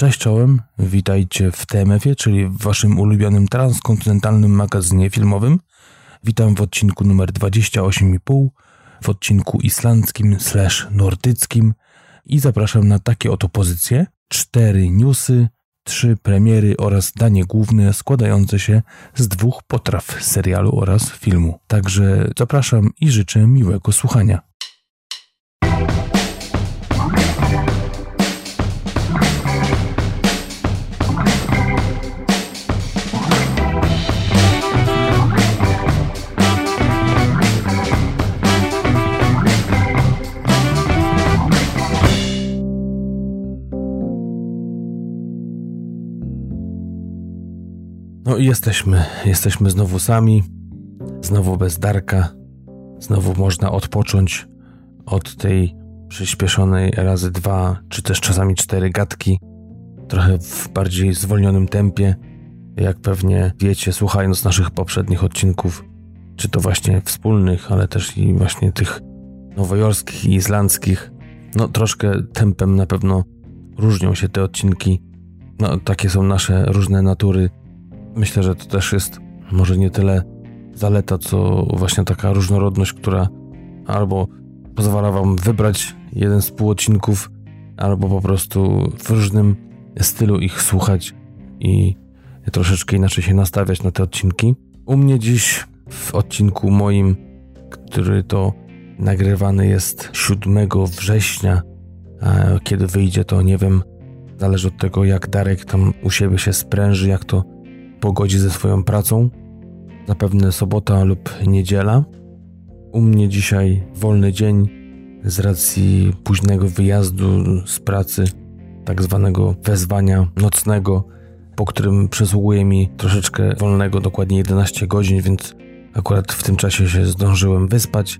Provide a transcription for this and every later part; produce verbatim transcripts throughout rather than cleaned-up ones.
Cześć czołem, witajcie w T M F-ie, czyli w waszym ulubionym transkontynentalnym magazynie filmowym. Witam w odcinku numer dwadzieścia osiem i pół, w odcinku islandzkim slash nordyckim i zapraszam na takie oto pozycje. Cztery newsy, trzy premiery oraz danie główne składające się z dwóch potraw serialu oraz filmu. Także zapraszam i życzę miłego słuchania. No i jesteśmy, jesteśmy znowu sami, znowu bez Darka, znowu można odpocząć od tej przyspieszonej razy dwa, czy też czasami cztery gadki, trochę w bardziej zwolnionym tempie, jak pewnie wiecie, słuchając naszych poprzednich odcinków, czy to właśnie wspólnych, ale też i właśnie tych nowojorskich i islandzkich, no troszkę tempem na pewno różnią się te odcinki, no takie są nasze różne natury. Myślę, że to też jest może nie tyle zaleta, co właśnie taka różnorodność, która albo pozwala wam wybrać jeden z pół odcinków, albo po prostu w różnym stylu ich słuchać i troszeczkę inaczej się nastawiać na te odcinki. U mnie dziś w odcinku moim, który to nagrywany jest siódmego września, a kiedy wyjdzie to nie wiem, zależy od tego jak Darek tam u siebie się spręży, jak to pogodzi ze swoją pracą, zapewne sobota lub niedziela. U mnie dzisiaj wolny dzień z racji późnego wyjazdu z pracy, tak zwanego wezwania nocnego, po którym przysługuje mi troszeczkę wolnego, dokładnie jedenaście godzin, więc akurat w tym czasie się zdążyłem wyspać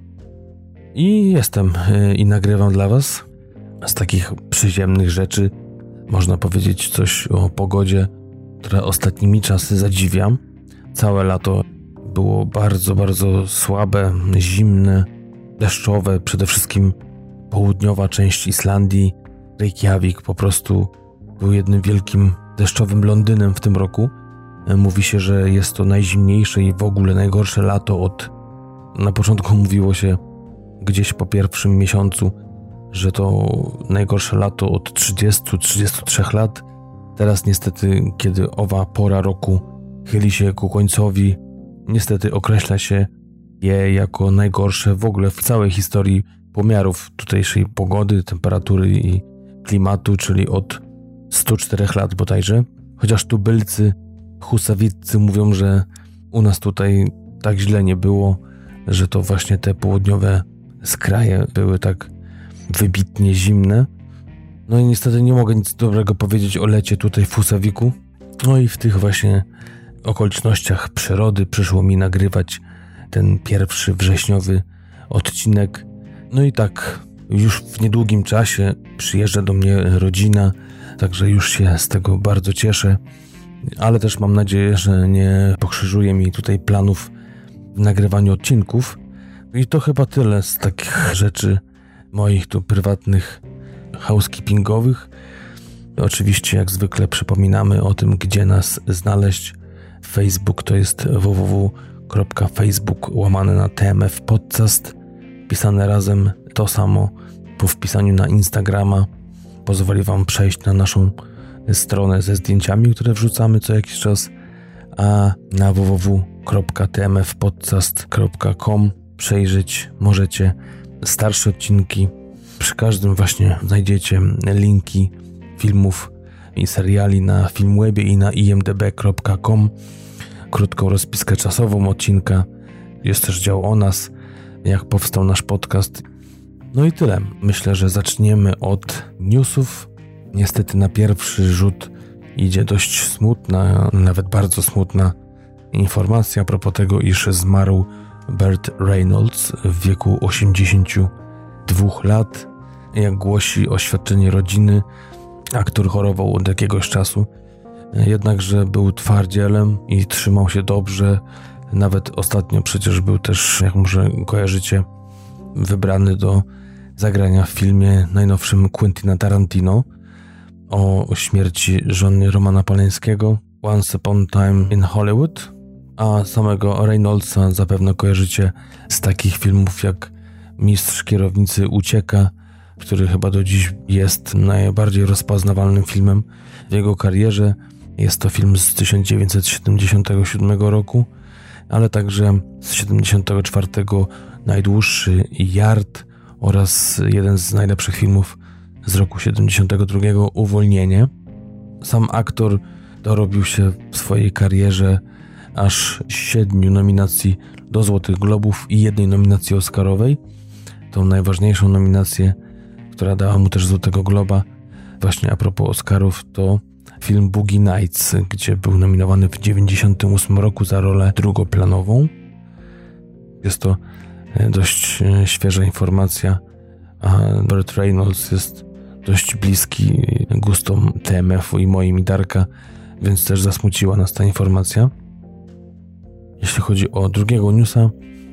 i jestem yy, i nagrywam dla was. Z takich przyziemnych rzeczy można powiedzieć coś o pogodzie, które ostatnimi czasy zadziwiam. Całe lato było bardzo, bardzo słabe, zimne, deszczowe. Przede wszystkim południowa część Islandii, Reykjavik po prostu był jednym wielkim deszczowym Londynem w tym roku. Mówi się, że jest to najzimniejsze i w ogóle najgorsze lato od... Na początku mówiło się gdzieś po pierwszym miesiącu, że to najgorsze lato od trzydziestu do trzydziestu trzech lat. Teraz niestety, kiedy owa pora roku chyli się ku końcowi, niestety określa się je jako najgorsze w ogóle w całej historii pomiarów tutejszej pogody, temperatury i klimatu, czyli od stu czterech lat bodajże. Chociaż tubylcy, husawiccy mówią, że u nas tutaj tak źle nie było, że to właśnie te południowe skraje były tak wybitnie zimne. No i niestety nie mogę nic dobrego powiedzieć o lecie tutaj w Husawiku. No i w tych właśnie okolicznościach przyrody przyszło mi nagrywać ten pierwszy wrześniowy odcinek. No i tak już w niedługim czasie przyjeżdża do mnie rodzina, także już się z tego bardzo cieszę. Ale też mam nadzieję, że nie pokrzyżuje mi tutaj planów w nagrywaniu odcinków. I to chyba tyle z takich rzeczy moich tu prywatnych, housekeepingowych. Oczywiście jak zwykle przypominamy o tym, gdzie nas znaleźć. Facebook to jest www kropka facebook łamane na T M F podcast. Pisane razem to samo po wpisaniu na Instagrama. Pozwoli wam przejść na naszą stronę ze zdjęciami, które wrzucamy co jakiś czas. A na www kropka t m f podcast kropka com przejrzeć możecie starsze odcinki. Przy każdym właśnie znajdziecie linki filmów i seriali na Filmwebie i na i m d b kropka com. Krótką rozpiskę czasową odcinka. Jest też dział o nas, jak powstał nasz podcast. No i tyle. Myślę, że zaczniemy od newsów. Niestety na pierwszy rzut idzie dość smutna, nawet bardzo smutna informacja a propos tego, iż zmarł Burt Reynolds w wieku osiemdziesięciu dwóch lat. Jak głosi oświadczenie rodziny, aktor chorował od jakiegoś czasu, jednakże był twardzielem i trzymał się dobrze. Nawet ostatnio przecież był też, jak może kojarzycie, wybrany do zagrania w filmie najnowszym Quentina Tarantino. o śmierci żony Romana Polańskiego, Once Upon a Time in Hollywood, a samego Reynoldsa zapewne kojarzycie z takich filmów jak Mistrz kierownicy ucieka, który chyba do dziś jest najbardziej rozpoznawalnym filmem w jego karierze. Jest to film z tysiąc dziewięćset siedemdziesiątego siódmego roku, ale także z siedemdziesiątego czwartego najdłuższy Yard oraz jeden z najlepszych filmów z roku siedemdziesiątego drugiego Uwolnienie. Sam aktor dorobił się w swojej karierze aż siedmiu nominacji do Złotych Globów i jednej nominacji Oscarowej. Tą najważniejszą nominację, która dała mu też Złotego Globa, właśnie a propos Oscarów, to film Boogie Nights, gdzie był nominowany w dziewięćdziesiątym ósmym roku za rolę drugoplanową. Jest to dość świeża informacja, a Burt Reynolds jest dość bliski gustom T M F-u i moim i Darka, więc też zasmuciła nas ta informacja. Jeśli chodzi o drugiego newsa,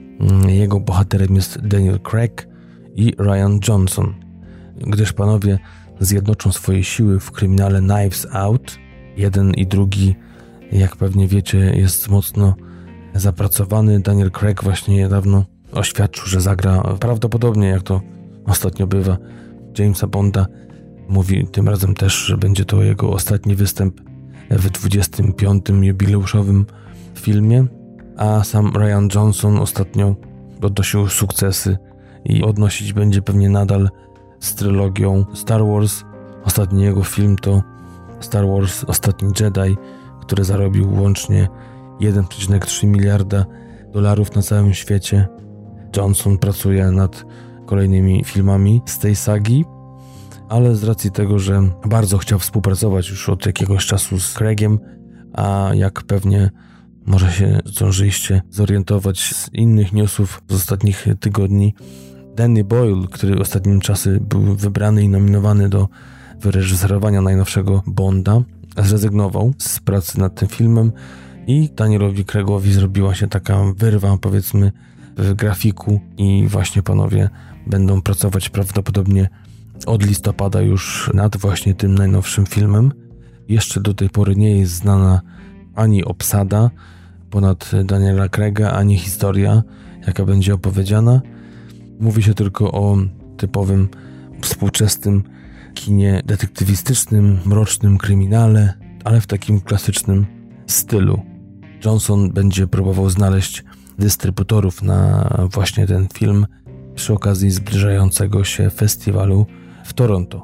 jego bohaterem jest Daniel Craig i Rian Johnson, gdyż panowie zjednoczą swoje siły w kryminale Knives Out. Jeden i drugi, jak pewnie wiecie, jest mocno zapracowany. Daniel Craig właśnie niedawno oświadczył, że zagra prawdopodobnie, jak to ostatnio bywa, Jamesa Bonda. Mówi tym razem też, że będzie to jego ostatni występ w dwudziestym piątym jubileuszowym filmie, a sam Rian Johnson ostatnio odnosił sukcesy i odnosić będzie pewnie nadal z trylogią Star Wars. Ostatni jego film to Star Wars Ostatni Jedi, który zarobił łącznie jeden przecinek trzy miliarda dolarów na całym świecie. Johnson pracuje nad kolejnymi filmami z tej sagi, ale z racji tego, że bardzo chciał współpracować już od jakiegoś czasu z Craigiem, a jak pewnie może się zdążyliście zorientować z innych newsów z ostatnich tygodni, Danny Boyle, który ostatnim czasy był wybrany i nominowany do wyreżyserowania najnowszego Bonda, zrezygnował z pracy nad tym filmem i Danielowi Craigowi zrobiła się taka wyrwa, powiedzmy, w grafiku i właśnie panowie będą pracować prawdopodobnie od listopada już nad właśnie tym najnowszym filmem. Jeszcze do tej pory nie jest znana ani obsada ponad Daniela Craiga, ani historia, jaka będzie opowiedziana. Mówi się tylko o typowym współczesnym kinie detektywistycznym, mrocznym kryminale, ale w takim klasycznym stylu. Johnson będzie próbował znaleźć dystrybutorów na właśnie ten film przy okazji zbliżającego się festiwalu w Toronto.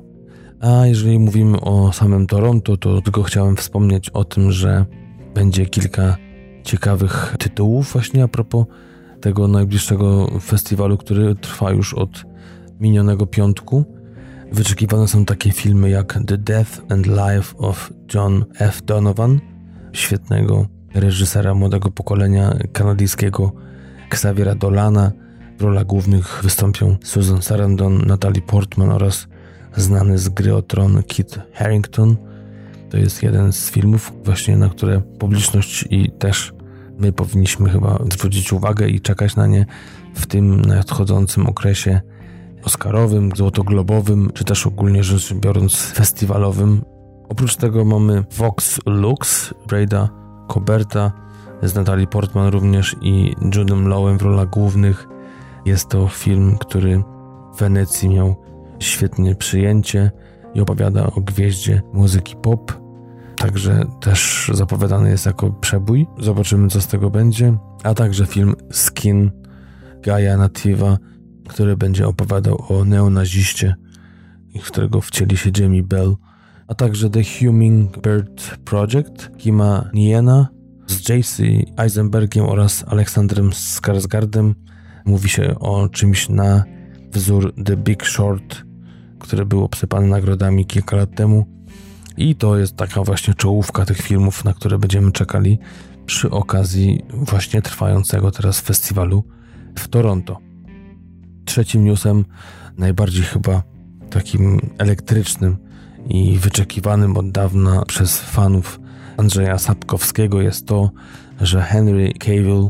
A jeżeli mówimy o samym Toronto, to tylko chciałem wspomnieć o tym, że będzie kilka ciekawych tytułów właśnie a propos tego najbliższego festiwalu, który trwa już od minionego piątku. Wyczekiwane są takie filmy jak The Death and Life of John F. Donovan, świetnego reżysera młodego pokolenia kanadyjskiego Xaviera Dolana. W rolach głównych wystąpią Susan Sarandon, Natalie Portman oraz znany z Gry o Tron Kit Harington. To jest jeden z filmów właśnie, na które publiczność i też my powinniśmy chyba zwrócić uwagę i czekać na nie w tym nadchodzącym okresie oscarowym, złotoglobowym, czy też ogólnie rzecz biorąc festiwalowym. Oprócz tego mamy Vox Lux, Brada Coberta z Natalie Portman również i Judem Lawem w rolach głównych. Jest to film, który w Wenecji miał świetne przyjęcie i opowiada o gwieździe muzyki pop. Także też zapowiadany jest jako przebój. Zobaczymy, co z tego będzie. A także film Skin Gaia Nativa, który będzie opowiadał o neonaziście, w którego wcieli się Jamie Bell. A także The Hummingbird Project Kima Niena z J C Eisenbergiem oraz Aleksandrem Skarsgardem. Mówi się o czymś na wzór The Big Short, który był obsypany nagrodami kilka lat temu. I to jest taka właśnie czołówka tych filmów, na które będziemy czekali przy okazji właśnie trwającego teraz festiwalu w Toronto. Trzecim newsem, najbardziej chyba takim elektrycznym i wyczekiwanym od dawna przez fanów Andrzeja Sapkowskiego, jest to, że Henry Cavill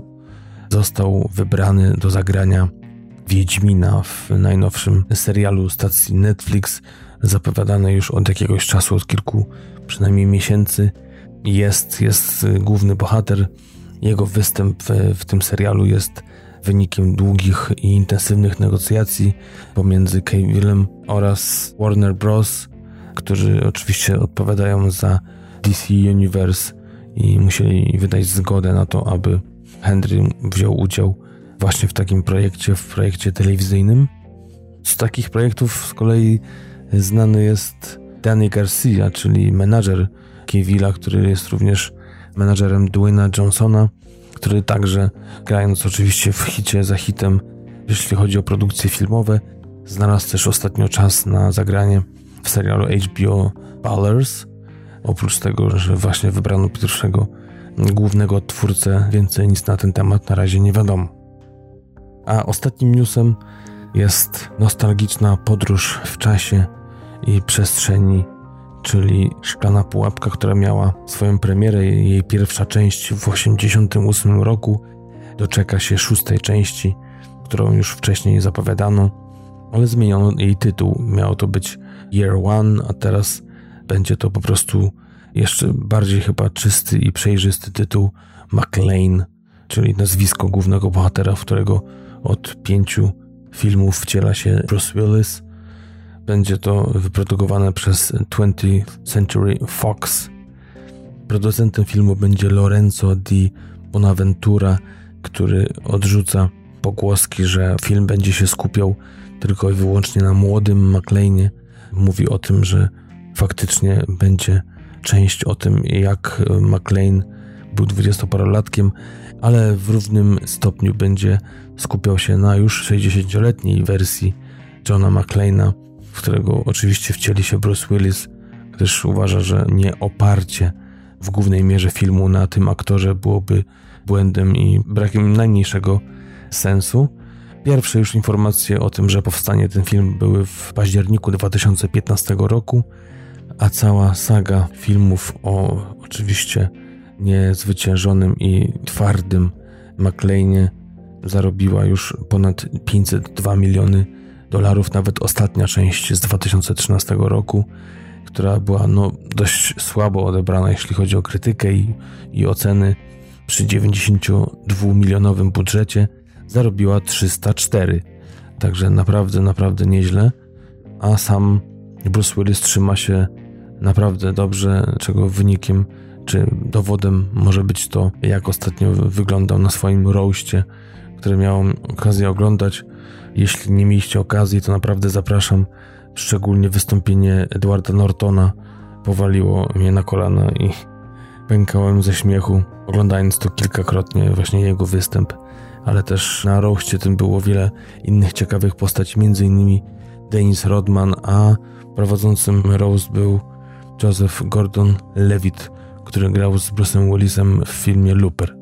został wybrany do zagrania Wiedźmina w najnowszym serialu stacji Netflix zapowiadane już od jakiegoś czasu, od kilku przynajmniej miesięcy. Jest, jest główny bohater. Jego występ w, w tym serialu jest wynikiem długich i intensywnych negocjacji pomiędzy Cavillem oraz Warner Bros., którzy oczywiście odpowiadają za D C Universe i musieli wydać zgodę na to, aby Henry wziął udział właśnie w takim projekcie, w projekcie telewizyjnym. Z takich projektów z kolei znany jest Danny Garcia, czyli menadżer Cavilla, który jest również menadżerem Dwayna Johnsona, który także, grając oczywiście w hicie za hitem, jeśli chodzi o produkcje filmowe, znalazł też ostatnio czas na zagranie w serialu H B O Ballers. Oprócz tego, że właśnie wybrano pierwszego głównego twórcę, więcej nic na ten temat na razie nie wiadomo. A ostatnim newsem jest nostalgiczna podróż w czasie i przestrzeni, czyli Szklana Pułapka, która miała swoją premierę. Jej pierwsza część w osiemdziesiątym ósmym roku doczeka się szóstej części, którą już wcześniej zapowiadano, ale zmieniono jej tytuł. Miało to być Year One, a teraz będzie to po prostu jeszcze bardziej chyba czysty i przejrzysty tytuł McClane, czyli nazwisko głównego bohatera, w którego od pięciu filmów wciela się Bruce Willis. Będzie to wyprodukowane przez twentieth Century Fox. Producentem filmu będzie Lorenzo Di Bonaventura, który odrzuca pogłoski, że film będzie się skupiał tylko i wyłącznie na młodym McClane'ie. Mówi o tym, że faktycznie będzie część o tym, jak McClane był dwudziestoparolatkiem, ale w równym stopniu będzie skupiał się na już sześćdziesięcioletniej wersji Johna McClane'a, w którego oczywiście wcieli się Bruce Willis, gdyż uważa, że nie oparcie w głównej mierze filmu na tym aktorze byłoby błędem i brakiem najmniejszego sensu. Pierwsze już informacje o tym, że powstanie ten film, były w październiku dwa tysiące piętnastego roku, a cała saga filmów o oczywiście niezwyciężonym i twardym McClane'ie zarobiła już ponad pięćset dwa miliony dolarów. Nawet ostatnia część z dwa tysiące trzynastego roku, która była no dość słabo odebrana, jeśli chodzi o krytykę i, i oceny, przy dziewięćdziesięciodwumilionowym budżecie zarobiła trzysta cztery. Także naprawdę, naprawdę nieźle. A sam Bruce Willis trzyma się naprawdę dobrze, czego wynikiem czy dowodem może być to, jak ostatnio wyglądał na swoim roaście, który miałem okazję oglądać. Jeśli nie mieliście okazji, to naprawdę zapraszam. Szczególnie wystąpienie Edwarda Nortona powaliło mnie na kolana i pękałem ze śmiechu, oglądając to kilkakrotnie, właśnie jego występ. Ale też na roaście tym było wiele innych ciekawych postaci, między innymi Dennis Rodman, a prowadzącym roast był Joseph Gordon-Levitt, który grał z Bruce'em Willisem w filmie Looper.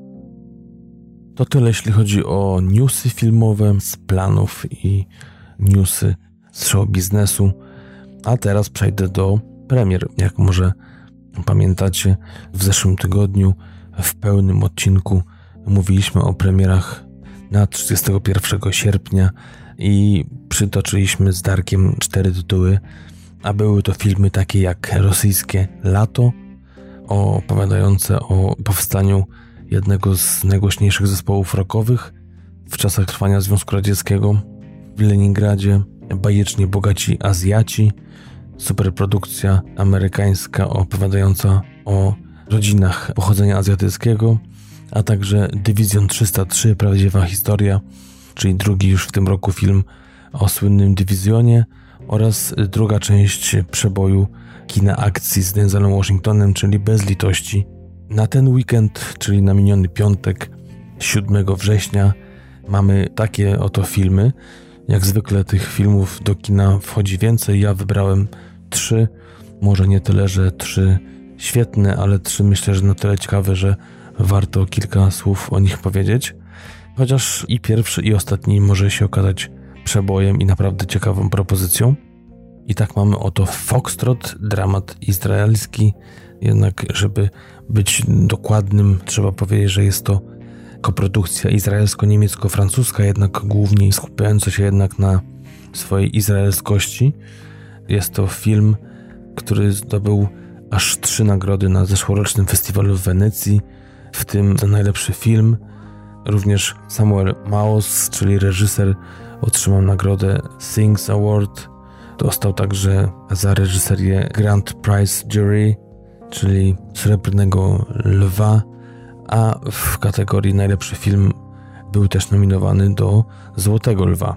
To tyle, jeśli chodzi o newsy filmowe z planów i newsy z show biznesu. A teraz przejdę do premier. Jak może pamiętacie, w zeszłym tygodniu w pełnym odcinku mówiliśmy o premierach na trzydziestego pierwszego sierpnia i przytoczyliśmy z Darkiem cztery tytuły, a były to filmy takie jak Rosyjskie Lato, opowiadające o powstaniu jednego z najgłośniejszych zespołów rockowych w czasach trwania Związku Radzieckiego w Leningradzie, Bajecznie Bogaci Azjaci, superprodukcja amerykańska opowiadająca o rodzinach pochodzenia azjatyckiego, a także Dywizjon trzysta trzy, prawdziwa historia, czyli drugi już w tym roku film o słynnym dywizjonie, oraz druga część przeboju kina akcji z Denzelem Washingtonem, czyli Bez litości. Na ten weekend, czyli na miniony piątek, siódmego września, mamy takie oto filmy. Jak zwykle tych filmów do kina wchodzi więcej. Ja wybrałem trzy, może nie tyle, że trzy świetne, ale trzy myślę, że na tyle ciekawe, że warto kilka słów o nich powiedzieć. Chociaż i pierwszy, i ostatni może się okazać przebojem i naprawdę ciekawą propozycją. I tak mamy oto Foxtrot, dramat izraelski. Jednak, żeby być dokładnym, trzeba powiedzieć, że jest to koprodukcja izraelsko-niemiecko-francuska, jednak głównie skupiająca się jednak na swojej izraelskości. jest to film, który zdobył aż trzy nagrody na zeszłorocznym festiwalu w Wenecji, w tym za najlepszy film. Również Samuel Maoz, czyli reżyser, otrzymał nagrodę Sings Award. Dostał także za reżyserię Grand Prize Jury, czyli Srebrnego Lwa, a w kategorii najlepszy film był też nominowany do Złotego Lwa.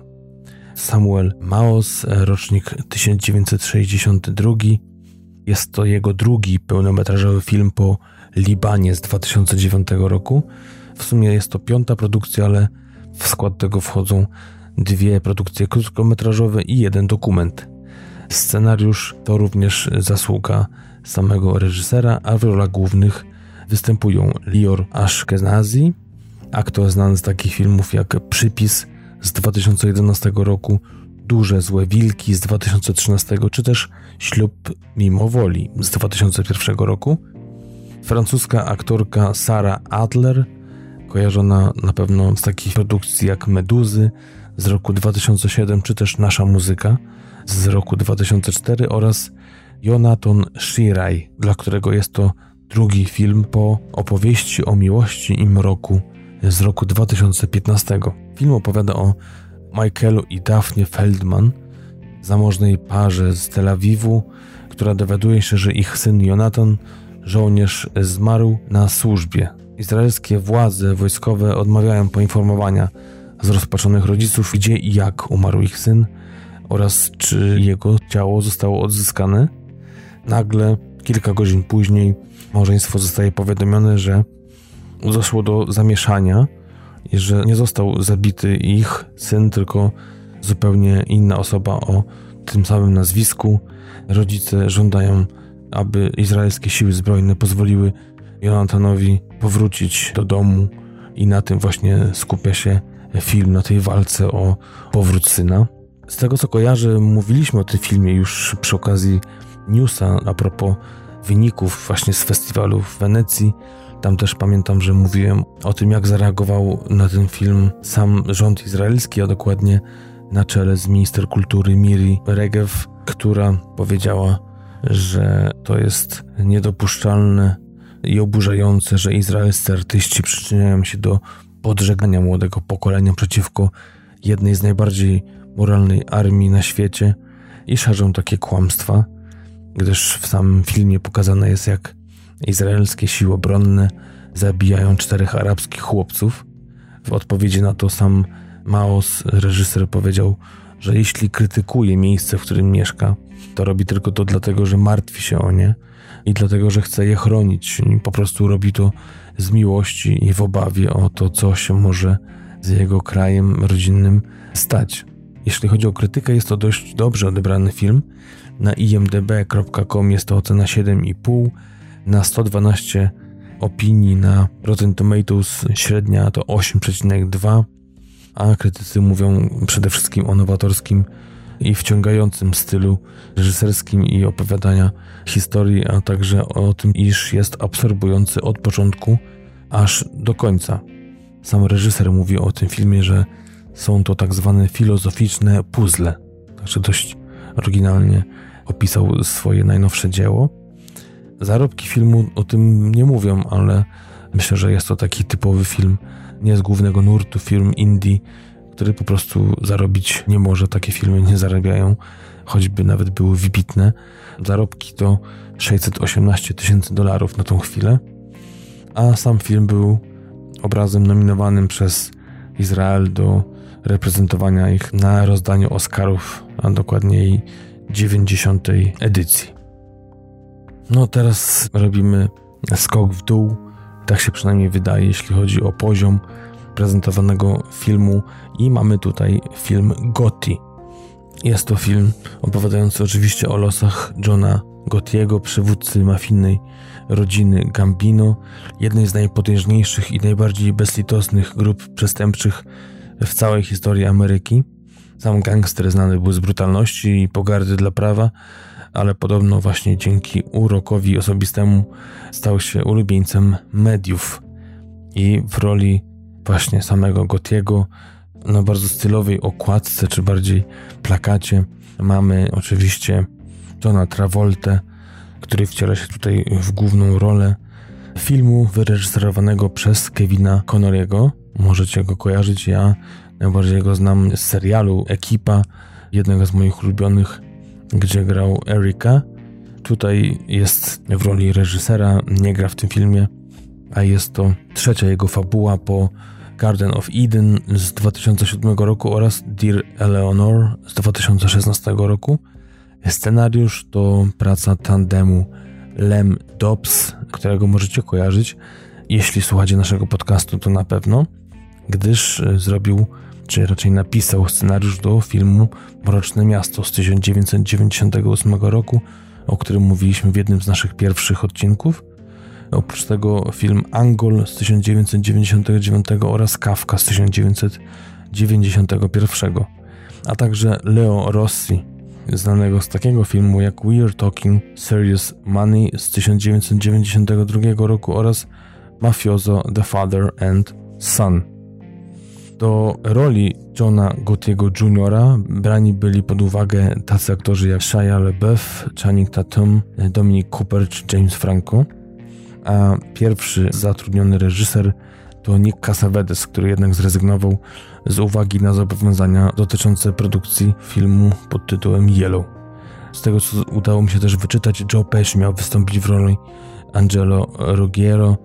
Samuel Maoz, rocznik tysiąc dziewięćset sześćdziesiąty drugi. Jest to jego drugi pełnometrażowy film po Libanie z dwa tysiące dziewiątego roku. W sumie jest to piąta produkcja, ale w skład tego wchodzą dwie produkcje krótkometrażowe i jeden dokument. Scenariusz to również zasługa samego reżysera, a w rolach głównych występują Lior Ashkenazi, aktor znany z takich filmów jak Przypis z dwa tysiące jedenastego roku, Duże Złe Wilki z dwa tysiące trzynastego, czy też Ślub Mimo Woli z dwa tysiące pierwszego roku. Francuska aktorka Sarah Adler, kojarzona na pewno z takich produkcji jak Meduzy z roku dwa tysiące siódmego, czy też Nasza Muzyka z roku dwa tysiące czwartego, oraz Jonathan Shirai, dla którego jest to drugi film po Opowieści o miłości i mroku z roku dwa tysiące piętnastego. Film opowiada o Michaelu i Daphne Feldman, zamożnej parze z Tel Awiwu, która dowiaduje się, że ich syn Jonathan, żołnierz, zmarł na służbie. Izraelskie władze wojskowe odmawiają poinformowania zrozpaczonych rodziców, gdzie i jak umarł ich syn oraz czy jego ciało zostało odzyskane. Nagle, kilka godzin później, małżeństwo zostaje powiadomione, że doszło do zamieszania i że nie został zabity ich syn, tylko zupełnie inna osoba o tym samym nazwisku. Rodzice żądają, aby izraelskie siły zbrojne pozwoliły Jonathanowi powrócić do domu i na tym właśnie skupia się film, na tej walce o powrót syna. Z tego co kojarzę, mówiliśmy o tym filmie już przy okazji newsa a propos wyników właśnie z festiwalu w Wenecji. Tam też pamiętam, że mówiłem o tym, jak zareagował na ten film sam rząd izraelski, a dokładnie na czele z minister kultury Miri Regev, która powiedziała, że to jest niedopuszczalne i oburzające, że izraelscy artyści przyczyniają się do podżegania młodego pokolenia przeciwko jednej z najbardziej moralnej armii na świecie i szerzą takie kłamstwa, gdyż w samym filmie pokazane jest, jak izraelskie siły obronne zabijają czterech arabskich chłopców. W odpowiedzi na to sam Maoz, reżyser, powiedział, że jeśli krytykuje miejsce, w którym mieszka, to robi tylko to dlatego, że martwi się o nie i dlatego, że chce je chronić. I po prostu robi to z miłości i w obawie o to, co się może z jego krajem rodzinnym stać. Jeśli chodzi o krytykę, jest to dość dobrze odebrany film. Na i em d b kropka com jest to ocena siedem i pół, na sto dwanaście opinii na Rotten Tomatoes średnia to osiem przecinek dwa, a krytycy mówią przede wszystkim o nowatorskim i wciągającym stylu reżyserskim i opowiadania historii, a także o tym, iż jest absorbujący od początku aż do końca. Sam reżyser mówi o tym filmie, że są to tak zwane filozoficzne puzzle. Także dość oryginalnie opisał swoje najnowsze dzieło. Zarobki filmu o tym nie mówią, ale myślę, że jest to taki typowy film nie z głównego nurtu, film indie, który po prostu zarobić nie może. Takie filmy nie zarabiają, choćby nawet były wybitne. Zarobki to sześćset osiemnaście tysięcy dolarów na tą chwilę, a sam film był obrazem nominowanym przez Izrael do reprezentowania ich na rozdaniu Oscarów, a dokładniej dziewięćdziesiątej edycji. No teraz robimy skok w dół, tak się przynajmniej wydaje, jeśli chodzi o poziom prezentowanego filmu, i mamy tutaj film Gotti. Jest to film opowiadający oczywiście o losach Johna Gottiego, przywódcy mafijnej rodziny Gambino, jednej z najpotężniejszych i najbardziej bezlitosnych grup przestępczych w całej historii Ameryki. Sam gangster znany był z brutalności i pogardy dla prawa, ale podobno właśnie dzięki urokowi osobistemu stał się ulubieńcem mediów. I w roli właśnie samego Gottiego, na bardzo stylowej okładce, czy bardziej plakacie, mamy oczywiście Johna Travoltę, który wciela się tutaj w główną rolę filmu wyreżyserowanego przez Kevina Connory'ego. Możecie go kojarzyć, ja najbardziej go znam z serialu Ekipa, jednego z moich ulubionych, gdzie grał Erika. Tutaj jest w roli reżysera, nie gra w tym filmie, a jest to trzecia jego fabuła po Garden of Eden z dwa tysiące siódmego roku oraz Dear Eleanor z dwa tysiące szesnastego roku. Scenariusz to praca tandemu Lem Dobbs, którego możecie kojarzyć. Jeśli słuchacie naszego podcastu, to na pewno, gdyż zrobił, czy raczej napisał scenariusz do filmu Mroczne Miasto z tysiąc dziewięćset dziewięćdziesiątego ósmego roku, o którym mówiliśmy w jednym z naszych pierwszych odcinków. Oprócz tego film Angol z tysiąc dziewięćset dziewięćdziesiątego dziewiątego oraz Kafka z tysiąc dziewięćset dziewięćdziesiątego pierwszego, a także Leo Rossi, znanego z takiego filmu jak We're Talking Serious Money z tysiąc dziewięćset dziewięćdziesiątego drugiego roku oraz Mafioso The Father and Son. Do roli Johna Gottiego juniora brani byli pod uwagę tacy aktorzy jak Shia LaBeouf, Channing Tatum, Dominic Cooper czy James Franco, a pierwszy zatrudniony reżyser to Nick Cassavetes, który jednak zrezygnował z uwagi na zobowiązania dotyczące produkcji filmu pod tytułem Yellow. Z tego, co udało mi się też wyczytać, Joe Pesci miał wystąpić w roli Angelo Ruggiero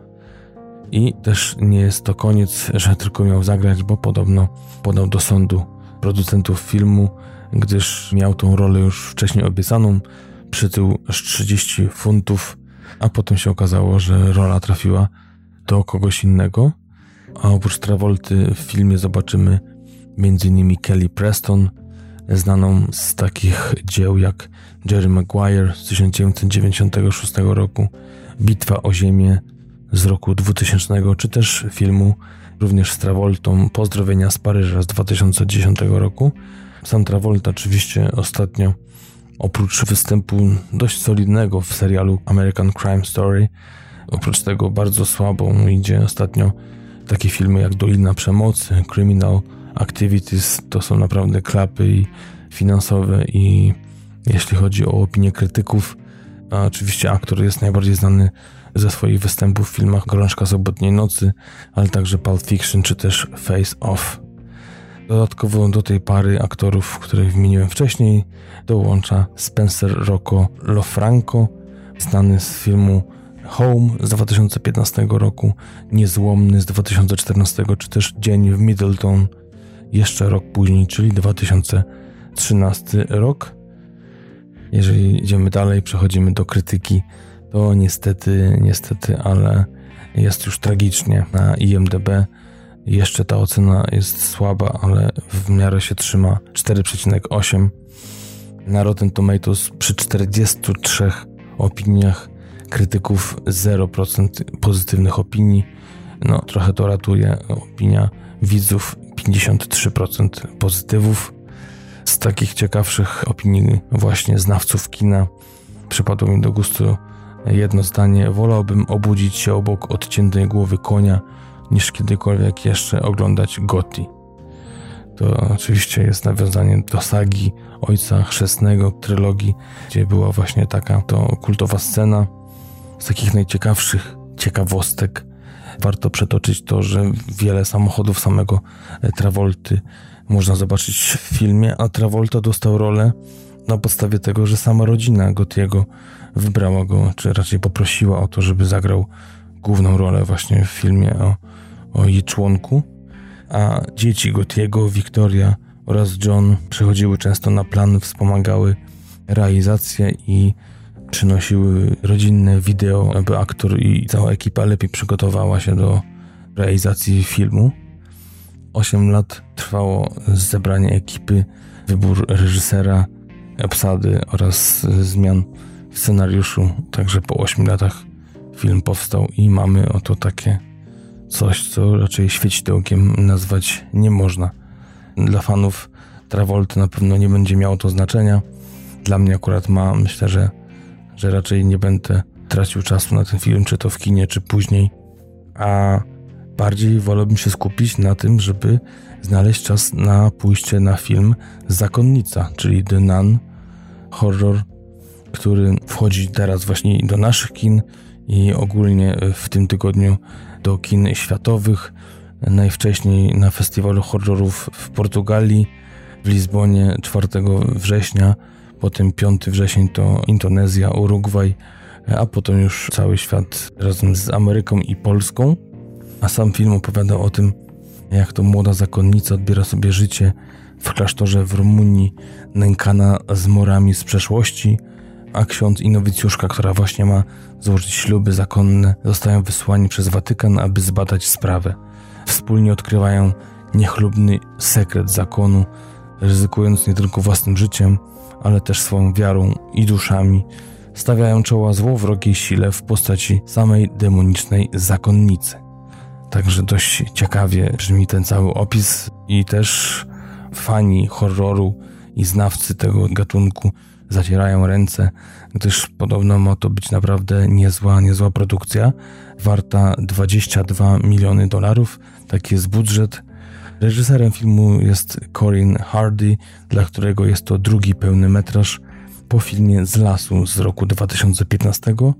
i też nie jest to koniec, że tylko miał zagrać, bo podobno podał do sądu producentów filmu, gdyż miał tą rolę już wcześniej obiecaną, przytył aż trzydzieści funtów, a potem się okazało, że rola trafiła do kogoś innego. A oprócz Travolty w filmie zobaczymy m.in. Kelly Preston, znaną z takich dzieł jak Jerry Maguire z tysiąc dziewięćset dziewięćdziesiątego szóstego roku, Bitwa o Ziemię z roku dwutysięcznego, czy też filmu również z Travoltą Pozdrowienia z Paryża z dwa tysiące dziesiątego roku. Sam Travolta oczywiście ostatnio, oprócz występu dość solidnego w serialu American Crime Story, oprócz tego bardzo słabo mu idzie ostatnio takie filmy jak Dolina Przemocy, Criminal Activities. To są naprawdę klapy i finansowe i jeśli chodzi o opinię krytyków, a oczywiście aktor jest najbardziej znany ze swoich występów w filmach Gorączka Sobotniej Nocy, ale także Pulp Fiction czy też Face Off. Dodatkowo do tej pary aktorów, których wymieniłem wcześniej, dołącza Spencer Rocco Lofranco, znany z filmu Home z dwa tysiące piętnastego roku, Niezłomny z dwa tysiące czternastego, czy też Dzień w Middleton jeszcze rok później, czyli dwa tysiące trzynasty rok. Jeżeli idziemy dalej, przechodzimy do krytyki, to niestety, niestety, ale jest już tragicznie. Na I M D B jeszcze ta ocena jest słaba, ale w miarę się trzyma, cztery przecinek osiem. Na Rotten Tomatoes przy czterdziestu trzech opiniach krytyków zero procent pozytywnych opinii. No, trochę to ratuje. Opinia widzów pięćdziesiąt trzy procent pozytywów. Z takich ciekawszych opinii właśnie znawców kina przypadło mi do gustu jedno zdanie: wolałbym obudzić się obok odciętej głowy konia, niż kiedykolwiek jeszcze oglądać Gotti. To oczywiście jest nawiązanie do sagi Ojca Chrzestnego, trylogii, gdzie była właśnie taka to kultowa scena. Z takich najciekawszych ciekawostek warto przetoczyć to, że wiele samochodów samego Travolty można zobaczyć w filmie, a Travolta dostał rolę na podstawie tego, że sama rodzina Gottiego wybrała go, czy raczej poprosiła o to, żeby zagrał główną rolę właśnie w filmie o, o jej członku, a dzieci Gottiego, Victoria oraz John przychodziły często na plan, wspomagały realizację i przynosiły rodzinne wideo, aby aktor i cała ekipa lepiej przygotowała się do realizacji filmu. osiem lat trwało zebranie ekipy, wybór reżysera, obsady oraz zmian w scenariuszu. Także po ośmiu latach film powstał i mamy oto takie coś, co raczej świecidełkiem nazwać nie można. Dla fanów Travolty na pewno nie będzie miało to znaczenia. Dla mnie akurat ma. Myślę, że, że raczej nie będę tracił czasu na ten film, czy to w kinie, czy później. A bardziej wolałbym się skupić na tym, żeby znaleźć czas na pójście na film Zakonnica, czyli The Nun, horror który wchodzi teraz właśnie do naszych kin i ogólnie w tym tygodniu do kin światowych. Najwcześniej na festiwalu horrorów w Portugalii, w Lizbonie czwartego września, potem piątego września to Indonezja, Urugwaj, a potem już cały świat razem z Ameryką i Polską. A sam film opowiada o tym, jak to młoda zakonnica odbiera sobie życie w klasztorze w Rumunii, nękana zmorami z przeszłości, a ksiądz i nowicjuszka, która właśnie ma złożyć śluby zakonne, zostają wysłani przez Watykan, aby zbadać sprawę. Wspólnie odkrywają niechlubny sekret zakonu, ryzykując nie tylko własnym życiem, ale też swoją wiarą i duszami. Stawiają czoła złowrogiej sile w postaci samej demonicznej zakonnicy. Także dość ciekawie brzmi ten cały opis i też fani horroru i znawcy tego gatunku zacierają ręce, gdyż podobno ma to być naprawdę niezła, niezła produkcja, warta dwadzieścia dwa miliony dolarów, taki jest budżet. Reżyserem filmu jest Corin Hardy, dla którego jest to drugi pełny metraż po filmie Z lasu z roku dwa tysiące piętnastego,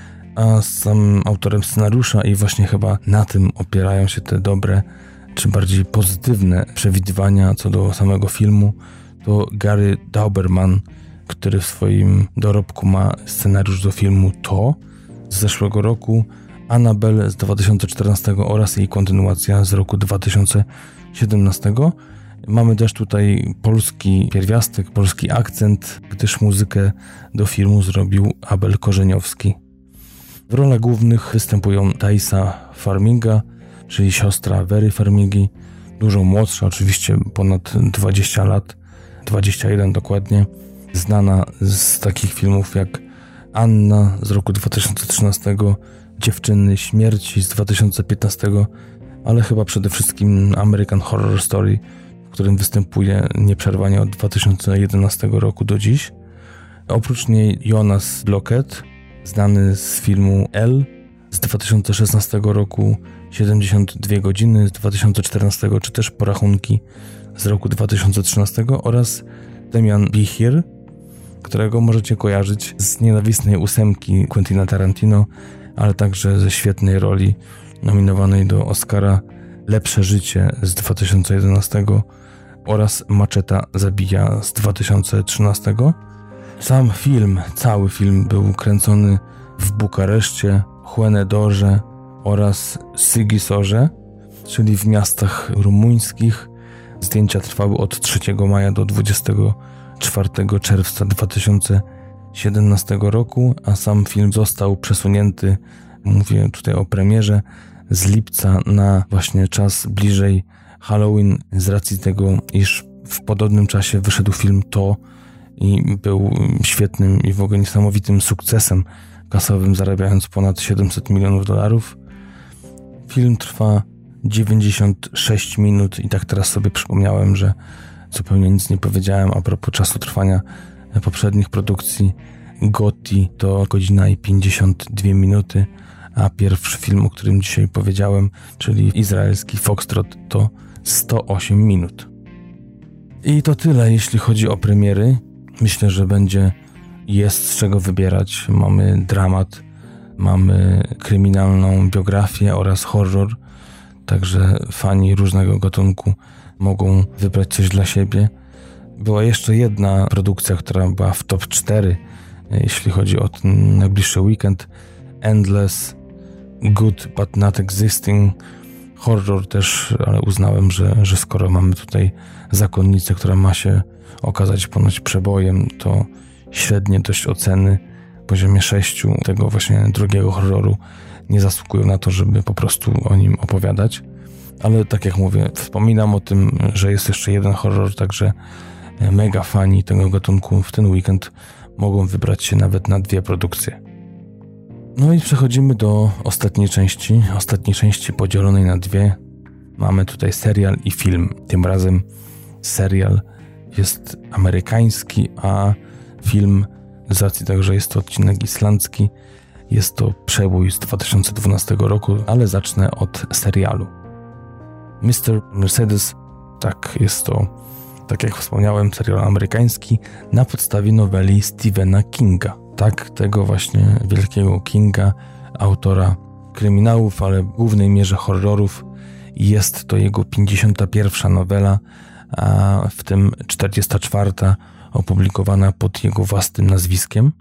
a sam autorem scenariusza i właśnie chyba na tym opierają się te dobre, czy bardziej pozytywne przewidywania co do samego filmu, to Gary Dauberman, który w swoim dorobku ma scenariusz do filmu To z zeszłego roku, Annabelle z dwa tysiące czternastego oraz jej kontynuacja z roku dwa tysiące siedemnastego. Mamy też tutaj polski pierwiastek, polski akcent, gdyż muzykę do filmu zrobił Abel Korzeniowski. W rolach głównych występują Thaisa Farmiga, czyli siostra Very Farmigi, dużo młodsza, oczywiście ponad dwadzieścia lat, dwadzieścia jeden dokładnie, znana z takich filmów jak Anna z roku dwa tysiące trzynastego, Dziewczyny Śmierci z dwa tysiące piętnastego, ale chyba przede wszystkim American Horror Story, w którym występuje nieprzerwanie od dwa tysiące jedenastego roku do dziś. Oprócz niej Jonas Blockett, znany z filmu L z dwa tysiące szesnastego roku, siedemdziesiąt dwie godziny z dwa tysiące czternastego, czy też Porachunki z roku dwa tysiące trzynastego oraz Demian Bichir, którego możecie kojarzyć z Nienawistnej ósemki Quentina Tarantino, ale także ze świetnej roli nominowanej do Oscara Lepsze życie z dwa tysiące jedenastego oraz Maczeta zabija z dwa tysiące trzynastego. Sam film, cały film był kręcony w Bukareszcie, Huenedorze oraz Sigisorze, czyli w miastach rumuńskich. Zdjęcia trwały od trzeciego maja do dwudziestego czwartego czerwca dwa tysiące siedemnastego roku, a sam film został przesunięty, mówię tutaj o premierze, z lipca na właśnie czas bliżej Halloween, z racji tego, iż w podobnym czasie wyszedł film To i był świetnym i w ogóle niesamowitym sukcesem kasowym, zarabiając ponad siedemset milionów dolarów. Film trwa dziewięćdziesiąt sześć minut i tak teraz sobie przypomniałem, że zupełnie nic nie powiedziałem a propos czasu trwania poprzednich produkcji. Gotti to godzina i pięćdziesiąt dwie minuty, a pierwszy film, o którym dzisiaj powiedziałem, czyli izraelski Foxtrot, to sto osiem minut. I to tyle, jeśli chodzi o premiery. Myślę, że będzie jest z czego wybierać. Mamy dramat, mamy kryminalną biografię oraz horror, także fani różnego gatunku mogą wybrać coś dla siebie. Była jeszcze jedna produkcja, która była w top cztery, jeśli chodzi o ten najbliższy weekend. Endless, Good But Not Existing. Horror też, ale uznałem, że, że skoro mamy tutaj zakonnicę, która ma się okazać ponoć przebojem, to średnie dość oceny w poziomie sześciu tego właśnie drugiego horroru nie zasługują na to, żeby po prostu o nim opowiadać. Ale tak jak mówię, wspominam o tym, że jest jeszcze jeden horror, także mega fani tego gatunku w ten weekend mogą wybrać się nawet na dwie produkcje. No i przechodzimy do ostatniej części, ostatniej części podzielonej na dwie. Mamy tutaj serial i film. Tym razem serial jest amerykański, a film, z racji tego, że jest to odcinek islandzki, jest to przebój z dwa tysiące dwunastego roku, ale zacznę od serialu. mister Mercedes, tak, jest to, tak jak wspomniałem, serial amerykański na podstawie noweli Stephena Kinga. Tak, tego właśnie wielkiego Kinga, autora kryminałów, ale w głównej mierze horrorów. Jest to jego pięćdziesiąta pierwsza nowela, a w tym czterdziesta czwarta opublikowana pod jego własnym nazwiskiem.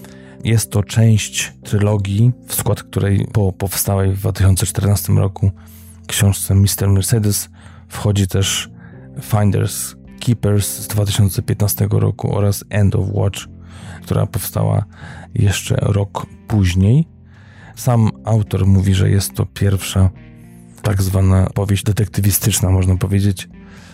Jest to część trylogii, w skład której po powstałej w dwa tysiące czternastym roku książce mister Mercedes wchodzi też Finders Keepers z dwa tysiące piętnastego roku oraz End of Watch, która powstała jeszcze rok później. Sam autor mówi, że jest to pierwsza tak zwana powieść detektywistyczna, można powiedzieć,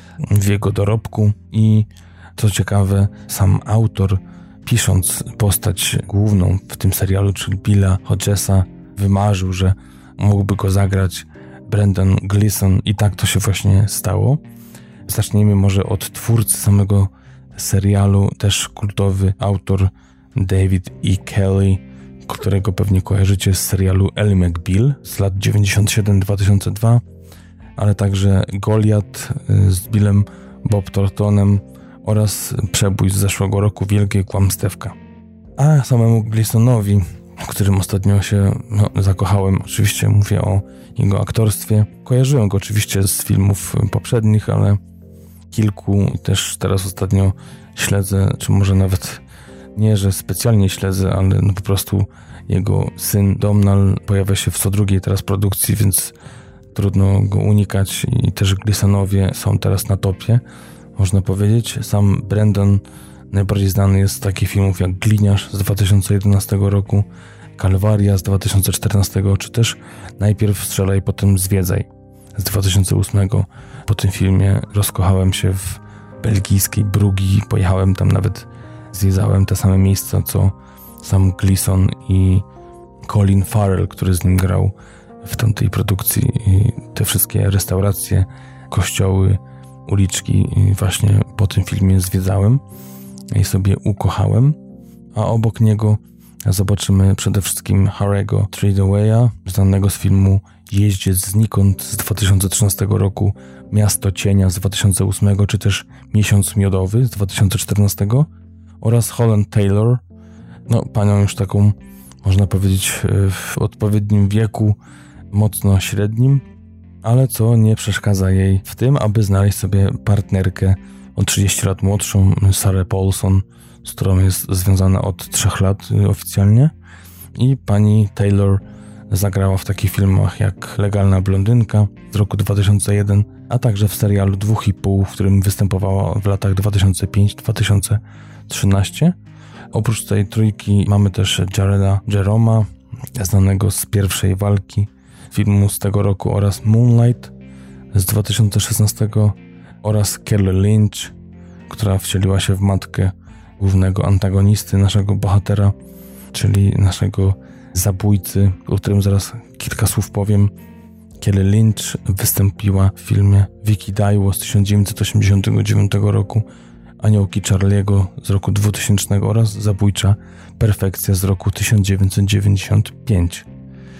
w jego dorobku i co ciekawe, sam autor, pisząc postać główną w tym serialu, czyli Billa Hodgesa, wymarzył, że mógłby go zagrać Brendan Gleeson i tak to się właśnie stało. Zacznijmy może od twórcy samego serialu, też kultowy autor David E. Kelly, którego pewnie kojarzycie z serialu Ally McBeal z lat dziewięćdziesiąt siedem do dwa tysiące drugiego, ale także Goliat z Billem Bob Thorntonem oraz przebój z zeszłego roku Wielkie Kłamstewka. A samemu Gleesonowi, w którym ostatnio się no, zakochałem, oczywiście mówię o jego aktorstwie. Kojarzyłem go oczywiście z filmów poprzednich, ale kilku też teraz ostatnio śledzę, czy może nawet nie, że specjalnie śledzę, ale no po prostu jego syn Domhnall pojawia się w co drugiej teraz produkcji, więc trudno go unikać i też Gleesonowie są teraz na topie, można powiedzieć. Sam Brendan najbardziej znany jest z takich filmów jak Gliniarz z dwa tysiące jedenastego roku, Kalwaria z dwa tysiące czternastego, czy też Najpierw strzelaj, potem zwiedzaj z dwa tysiące ósmego. Po tym filmie rozkochałem się w belgijskiej Brugii, pojechałem tam nawet, zwiedzałem te same miejsca, co sam Gleeson i Colin Farrell, który z nim grał w tamtej produkcji. I te wszystkie restauracje, kościoły, uliczki właśnie po tym filmie zwiedzałem i sobie ukochałem. A obok niego zobaczymy przede wszystkim Harry'ego Treadawaya, znanego z filmu Jeździec znikąd z dwa tysiące trzynastego roku, Miasto cienia z dwa tysiące ósmego, czy też Miesiąc miodowy z dwa tysiące czternastego oraz Holland Taylor, no panią już taką, można powiedzieć, w odpowiednim wieku, mocno średnim, ale co nie przeszkadza jej w tym, aby znaleźć sobie partnerkę o trzydzieści lat młodszą, Sarah Paulson, z którą jest związana od trzech lat oficjalnie. I pani Taylor zagrała w takich filmach jak Legalna blondynka z roku dwa tysiące jeden, a także w serialu Dwóch i pół, w którym występowała w latach dwa tysiące piąty do dwa tysiące trzynastego. Oprócz tej trójki mamy też Jareda Jeroma, znanego z Pierwszej walki, filmu z tego roku, oraz Moonlight z dwa tysiące szesnastego oraz Kelly Lynch, która wcieliła się w matkę głównego antagonisty naszego bohatera, czyli naszego zabójcy, o którym zaraz kilka słów powiem. Kelly Lynch wystąpiła w filmie Vicky Daiwo z tysiąc dziewięćset osiemdziesiątego dziewiątego roku, Aniołki Charlie'ego z roku dwutysięcznego oraz Zabójcza perfekcja z roku tysiąc dziewięćset dziewięćdziesiątego piątego.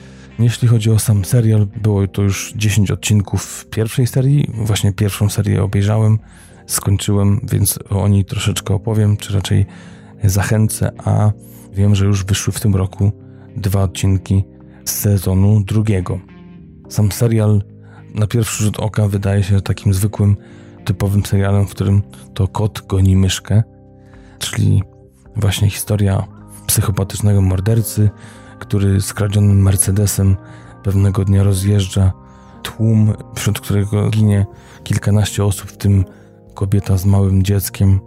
Jeśli chodzi o sam serial, było to już dziesięć odcinków pierwszej serii, właśnie pierwszą serię obejrzałem, skończyłem, więc o niej troszeczkę opowiem, czy raczej zachęcę, a wiem, że już wyszły w tym roku dwa odcinki z sezonu drugiego. Sam serial na pierwszy rzut oka wydaje się takim zwykłym, typowym serialem, w którym to kot goni myszkę, czyli właśnie historia psychopatycznego mordercy, który skradzionym Mercedesem pewnego dnia rozjeżdża tłum, wśród którego ginie kilkanaście osób, w tym kobieta z małym dzieckiem,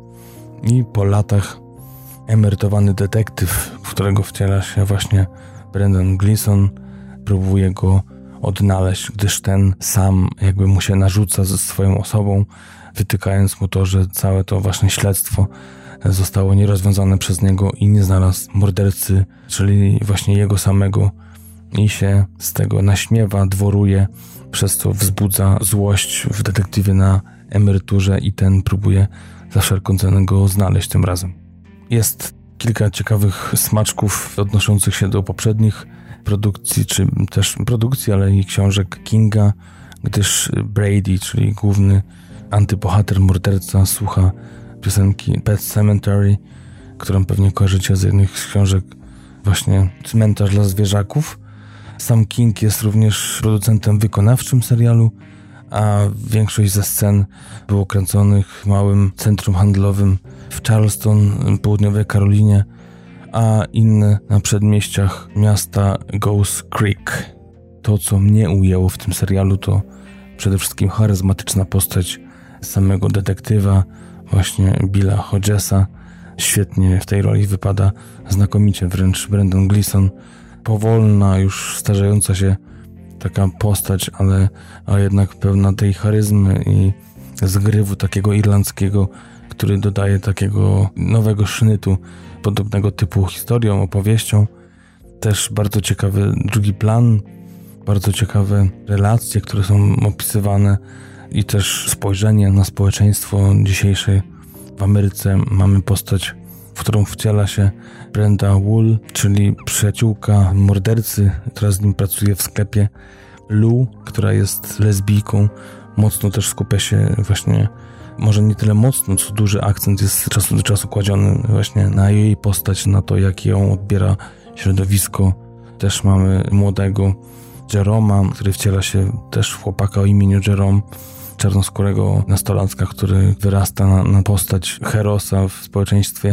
i po latach emerytowany detektyw, w którego wciela się właśnie Brendan Gleeson, próbuje go odnaleźć, gdyż ten sam jakby mu się narzuca ze swoją osobą, wytykając mu to, że całe to właśnie śledztwo zostało nierozwiązane przez niego i nie znalazł mordercy, czyli właśnie jego samego, i się z tego naśmiewa, dworuje, przez co wzbudza złość w detektywie na emeryturze i ten próbuje za wszelką cenę go znaleźć tym razem. Jest kilka ciekawych smaczków odnoszących się do poprzednich produkcji, czy też produkcji, ale i książek Kinga, gdyż Brady, czyli główny antybohater, morderca, słucha piosenki Pet Sematary którą pewnie kojarzycie z jednych z książek, właśnie Cmentarz dla zwierzaków. Sam King jest również producentem wykonawczym serialu, a większość ze scen było kręconych w małym centrum handlowym w Charleston, południowej Karolinie, a inne na przedmieściach miasta Goose Creek. To, co mnie ujęło w tym serialu, to przede wszystkim charyzmatyczna postać samego detektywa, właśnie Billa Hodgesa. Świetnie w tej roli wypada, znakomicie wręcz Brendan Gleeson. Powolna, już starzejąca się taka postać, ale, ale jednak pełna tej charyzmy i zgrywu takiego irlandzkiego, który dodaje takiego nowego sznytu, podobnego typu historią, opowieścią. Też bardzo ciekawy drugi plan, bardzo ciekawe relacje, które są opisywane i też spojrzenie na społeczeństwo dzisiejsze. W Ameryce mamy postać, w którą wciela się Brenda Wool, czyli przyjaciółka mordercy, która z nim pracuje w sklepie. Lou, która jest lesbijką, mocno też skupia się właśnie, może nie tyle mocno, co duży akcent jest z czasu do czasu kładziony właśnie na jej postać, na to, jak ją odbiera środowisko. Też mamy młodego Jeroma, który wciela się też w chłopaka o imieniu Jerome, czarnoskórego nastolatka, który wyrasta na, na postać herosa w społeczeństwie,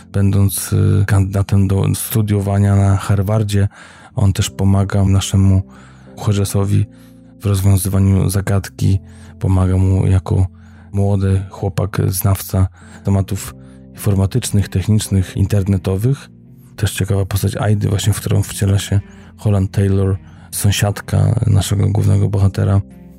będąc y, kandydatem do studiowania na Harvardzie. On też pomaga naszemu Hodgesowi w rozwiązywaniu zagadki, pomaga mu jako młody chłopak, znawca tematów informatycznych, technicznych, internetowych. Też ciekawa postać Aidy, właśnie w którą wciela się Holland Taylor, sąsiadka naszego głównego bohatera.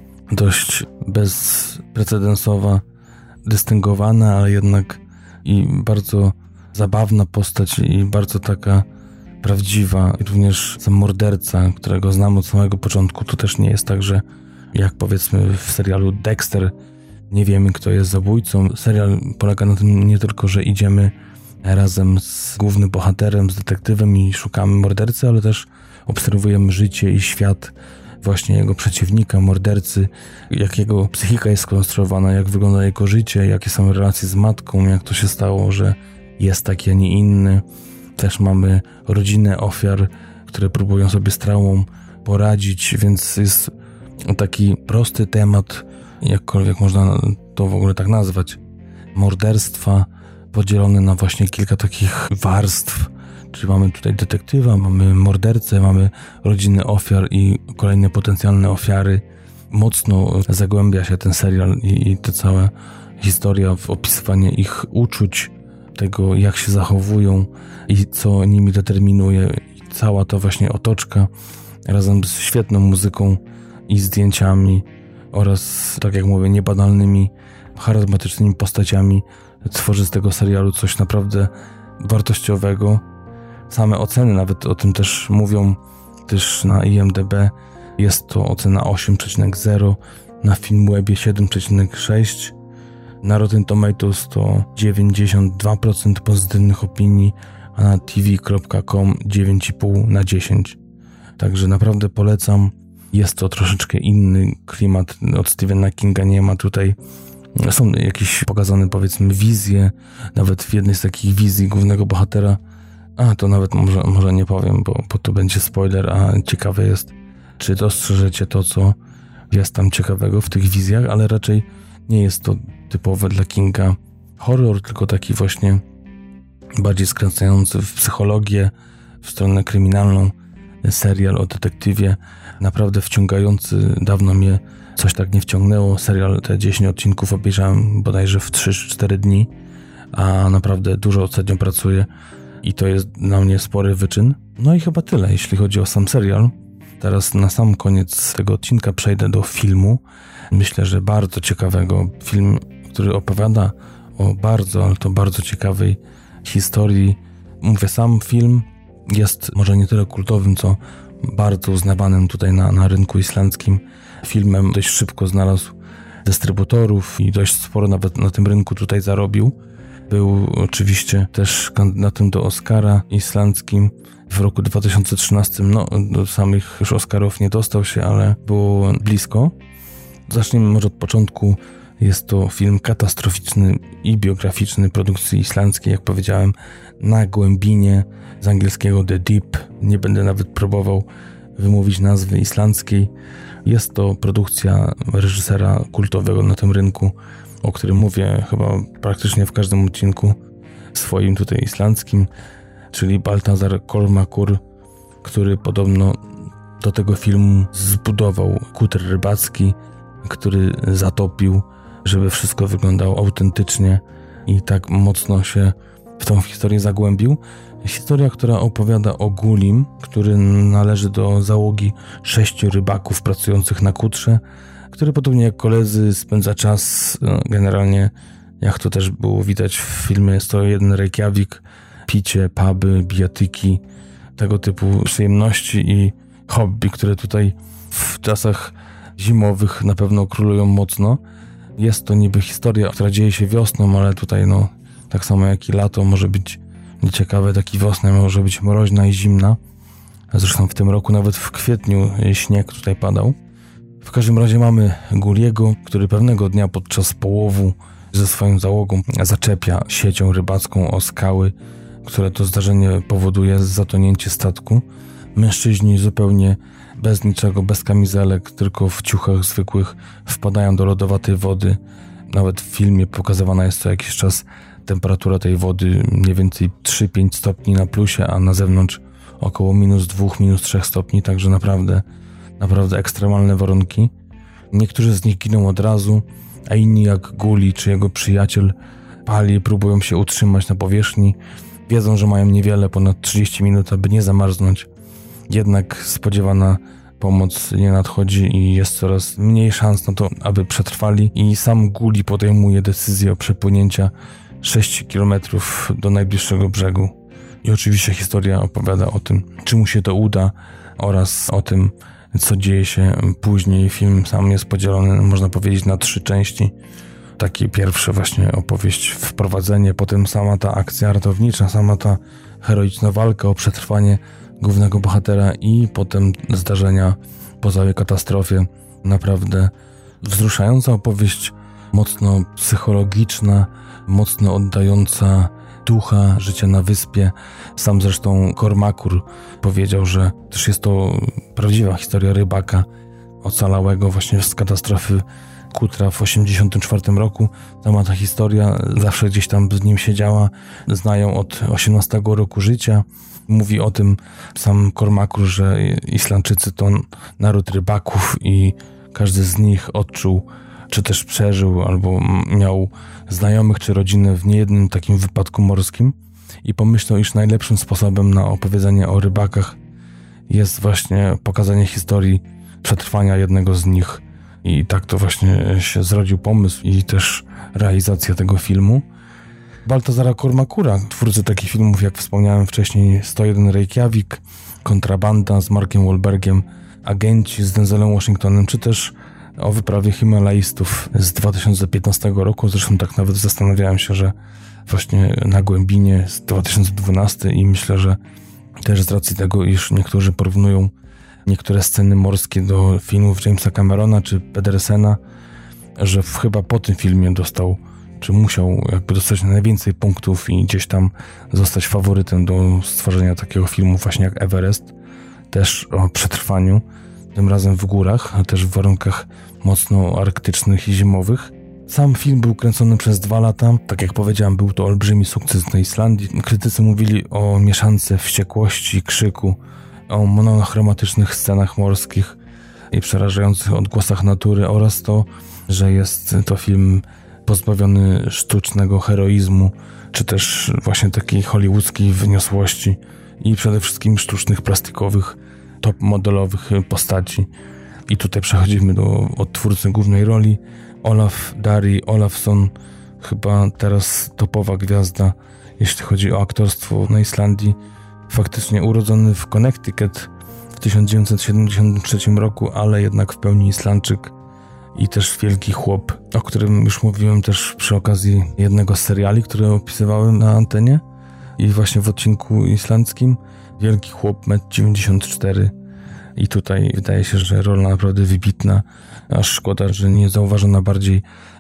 Dość bezprecedensowa, dystyngowana, ale jednak i bardzo zabawna postać i bardzo taka prawdziwa. I również sam morderca, którego znam od samego początku, to też nie jest tak, że jak powiedzmy w serialu Dexter nie wiemy, kto jest zabójcą. Serial polega na tym nie tylko, że idziemy razem z głównym bohaterem, z detektywem i szukamy mordercy, ale też obserwujemy życie i świat właśnie jego przeciwnika, mordercy, jak jego psychika jest skonstruowana, jak wygląda jego życie, jakie są relacje z matką, jak to się stało, że jest taki, a nie inny. Też mamy rodzinę ofiar, które próbują sobie z traumą poradzić, więc jest taki prosty temat, jakkolwiek można to w ogóle tak nazwać, morderstwa podzielone na właśnie kilka takich warstw. Czyli mamy tutaj detektywa, mamy mordercę, mamy rodziny ofiar i kolejne potencjalne ofiary. Mocno zagłębia się ten serial i, i ta cała historia w opisywanie ich uczuć, tego jak się zachowują i co nimi determinuje. I cała ta właśnie otoczka razem z świetną muzyką i zdjęciami oraz, tak jak mówię, niebanalnymi, charyzmatycznymi postaciami tworzy z tego serialu coś naprawdę wartościowego. Same oceny nawet o tym też mówią, też na I M D B jest to ocena osiem przecinek zero, na Filmwebie siedem przecinek sześć, na Rotten Tomatoes to dziewięćdziesiąt dwa procent pozytywnych opinii, a na T V kropka com dziewięć i pół na dziesięć. Także naprawdę polecam. Jest to troszeczkę inny klimat od Stephena Kinga, nie ma tutaj, są jakieś pokazane powiedzmy wizje, nawet w jednej z takich wizji głównego bohatera, a to nawet może, może nie powiem, bo, bo to będzie spoiler, a ciekawe jest, czy dostrzeżecie to, co jest tam ciekawego w tych wizjach, ale raczej nie jest to typowe dla Kinga horror, tylko taki właśnie bardziej skręcający w psychologię, w stronę kryminalną serial o detektywie, naprawdę wciągający. Dawno mnie coś tak nie wciągnęło. Serial, te dziesięć odcinków obejrzałem bodajże w trzy cztery dni, a naprawdę dużo ostatnio pracuję i to jest dla mnie spory wyczyn. No i chyba tyle, jeśli chodzi o sam serial. Teraz na sam koniec tego odcinka przejdę do filmu. Myślę, że bardzo ciekawego. Film, który opowiada o bardzo, ale to bardzo ciekawej historii. Mówię, sam film jest może nie tyle kultowym, co bardzo uznawanym tutaj na, na rynku islandzkim filmem. Dość szybko znalazł dystrybutorów i dość sporo nawet na tym rynku tutaj zarobił. Był oczywiście też kandydatem do Oscara islandzkim w roku dwa tysiące trzynastym. No, do samych już Oscarów nie dostał się, ale było blisko. Zacznijmy może od początku. Jest to film katastroficzny i biograficzny produkcji islandzkiej, jak powiedziałem, Na głębinie, z angielskiego The Deep. Nie będę nawet próbował wymówić nazwy islandzkiej. Jest to produkcja reżysera kultowego na tym rynku, o którym mówię chyba praktycznie w każdym odcinku swoim tutaj islandzkim, czyli Baltazar Kormakur, który podobno do tego filmu zbudował kuter rybacki, który zatopił, żeby wszystko wyglądało autentycznie i tak mocno się w tą historię zagłębił. Historia, która opowiada o Gulim, który należy do załogi sześciu rybaków pracujących na kutrze, który podobnie jak koledzy spędza czas, generalnie jak to też było widać w filmie sto jeden Reykjavik, picie, puby, bijatyki, tego typu przyjemności i hobby, które tutaj w czasach zimowych na pewno królują mocno. Jest to niby historia, która dzieje się wiosną, ale tutaj no tak samo jak i lato może być nieciekawe, tak i wiosna może być mroźna i zimna. Zresztą w tym roku nawet w kwietniu śnieg tutaj padał. W każdym razie mamy Guliego, który pewnego dnia podczas połowu ze swoją załogą zaczepia siecią rybacką o skały, które to zdarzenie powoduje zatonięcie statku. Mężczyźni zupełnie bez niczego, bez kamizelek, tylko w ciuchach zwykłych wpadają do lodowatej wody. Nawet w filmie pokazywana jest co jakiś czas temperatura tej wody mniej więcej trzy pięć stopni na plusie, a na zewnątrz około minus dwa, minus trzy stopni, także naprawdę, naprawdę ekstremalne warunki. Niektórzy z nich giną od razu, a inni jak Guli czy jego przyjaciel pali, próbują się utrzymać na powierzchni. Wiedzą, że mają niewiele, ponad trzydzieści minut, aby nie zamarznąć. Jednak spodziewana pomoc nie nadchodzi i jest coraz mniej szans na to, aby przetrwali i sam Guli podejmuje decyzję o przepłynięcia sześć kilometrów do najbliższego brzegu. I oczywiście historia opowiada o tym, czy mu się to uda oraz o tym, co dzieje się później. Film sam jest podzielony, można powiedzieć, na trzy części. Takie pierwsze właśnie opowieść, wprowadzenie, potem sama ta akcja ratownicza, sama ta heroiczna walka o przetrwanie głównego bohatera i potem zdarzenia po całej katastrofie. Naprawdę wzruszająca opowieść, mocno psychologiczna, mocno oddająca ducha życia na wyspie. Sam zresztą Kormakur powiedział, że też jest to prawdziwa historia rybaka ocalałego właśnie z katastrofy kutra w osiemdziesiątym czwartym roku. Sama ta historia zawsze gdzieś tam z nim siedziała. Znają od osiemnastego roku życia. Mówi o tym sam Kormakur, że Islandczycy to naród rybaków i każdy z nich odczuł, czy też przeżył, albo miał znajomych czy rodzinę w niejednym takim wypadku morskim i pomyślał, iż najlepszym sposobem na opowiedzenie o rybakach jest właśnie pokazanie historii przetrwania jednego z nich. I tak to właśnie się zrodził pomysł i też realizacja tego filmu. Baltazara Kormakura, twórcy takich filmów jak wspomniałem wcześniej sto jeden Reykjavik, Kontrabanda z Markiem Wahlbergiem, Agenci z Denzelem Washingtonem, czy też o wyprawie Himalajstów z dwa tysiące piętnastego roku. Zresztą tak nawet zastanawiałem się, że właśnie Na głębinie z dwa tysiące dwunastego i myślę, że też z racji tego, iż niektórzy porównują niektóre sceny morskie do filmów Jamesa Camerona czy Pedersena, że chyba po tym filmie dostał, czy musiał jakby dostać najwięcej punktów i gdzieś tam zostać faworytem do stworzenia takiego filmu właśnie jak Everest, też o przetrwaniu, tym razem w górach, a też w warunkach mocno arktycznych i zimowych. Sam film był kręcony przez dwa lata. Tak jak powiedziałem, był to olbrzymi sukces na Islandii. Krytycy mówili o mieszance wściekłości, krzyku, o monochromatycznych scenach morskich i przerażających odgłosach natury oraz to, że jest to film pozbawiony sztucznego heroizmu, czy też właśnie takiej hollywoodzkiej wyniosłości i przede wszystkim sztucznych, plastikowych, top modelowych postaci. I tutaj przechodzimy do odtwórcy głównej roli, Olaf Dari Olafsson, chyba teraz topowa gwiazda, jeśli chodzi o aktorstwo na Islandii. Faktycznie urodzony w Connecticut w tysiąc dziewięćset siedemdziesiątym trzecim roku, ale jednak w pełni Islandczyk i też wielki chłop, o którym już mówiłem też przy okazji jednego z seriali, które opisywałem na antenie i właśnie w odcinku islandzkim. Wielki chłop, metr dziewięćdziesiąt cztery i tutaj wydaje się, że rola naprawdę wybitna, aż szkoda, że nie zauważona bardziej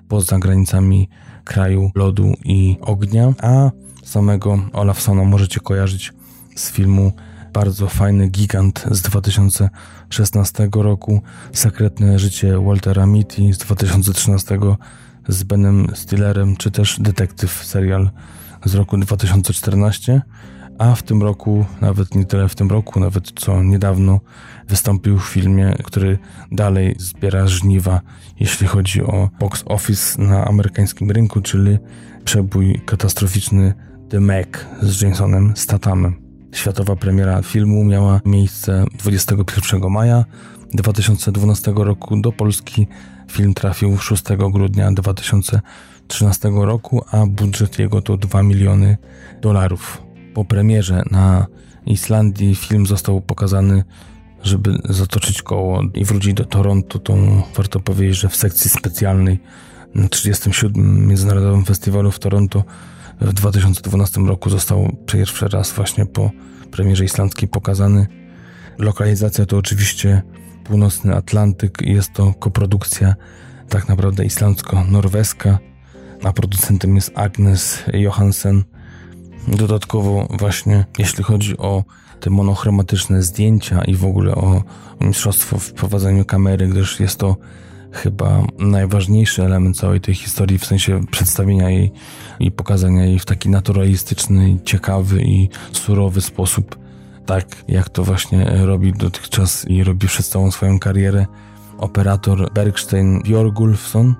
poza granicami kraju lodu i ognia, a samego Olafsona możecie kojarzyć z filmu bardzo fajny Gigant z dwa tysiące szesnastego roku, Sekretne życie Waltera Mitty z dwa tysiące trzynastego z Benem Stillerem, czy też Detektyw serial z roku dwa tysiące czternastego, a w tym roku, nawet nie tyle w tym roku, nawet co niedawno wystąpił w filmie, który dalej zbiera żniwa, jeśli chodzi o box office na amerykańskim rynku, czyli przebój katastroficzny The Meg z Jasonem Stathamem. Światowa premiera filmu miała miejsce dwudziestego pierwszego maja dwa tysiące dwunastego roku. Do Polski film trafił szóstego grudnia dwa tysiące trzynastego roku, a budżet jego to dwa miliony dolarów. Po premierze na Islandii film został pokazany, żeby zatoczyć koło i wrócić do Toronto. To warto powiedzieć, że w sekcji specjalnej na trzydziestym siódmym Międzynarodowym Festiwalu w Toronto w dwa tysiące dwunastym roku został pierwszy raz właśnie po premierze islandzkiej pokazany. Lokalizacja to oczywiście północny Atlantyk i jest to koprodukcja tak naprawdę islandzko-norweska, a producentem jest Agnes Johansen. Dodatkowo właśnie jeśli chodzi o te monochromatyczne zdjęcia i w ogóle o mistrzostwo w prowadzeniu kamery, gdyż jest to chyba najważniejszy element całej tej historii, w sensie przedstawienia jej i pokazania jej w taki naturalistyczny, ciekawy i surowy sposób, tak jak to właśnie robi dotychczas i robi przez całą swoją karierę operator Bergstein Björgulfsson,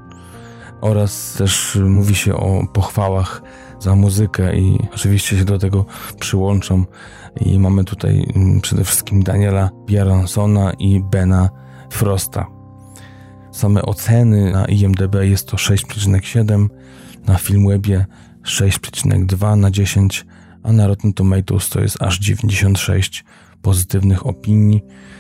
oraz też mówi się o pochwałach za muzykę i oczywiście się do tego przyłączam i mamy tutaj przede wszystkim Daniela Bjaronsona i Bena Frosta. Same oceny na I M D B jest to sześć przecinek siedem, na Filmwebie sześć przecinek dwa na dziesięć, a na Rotten Tomatoes to jest aż dziewięćdziesiąt sześć pozytywnych opinii.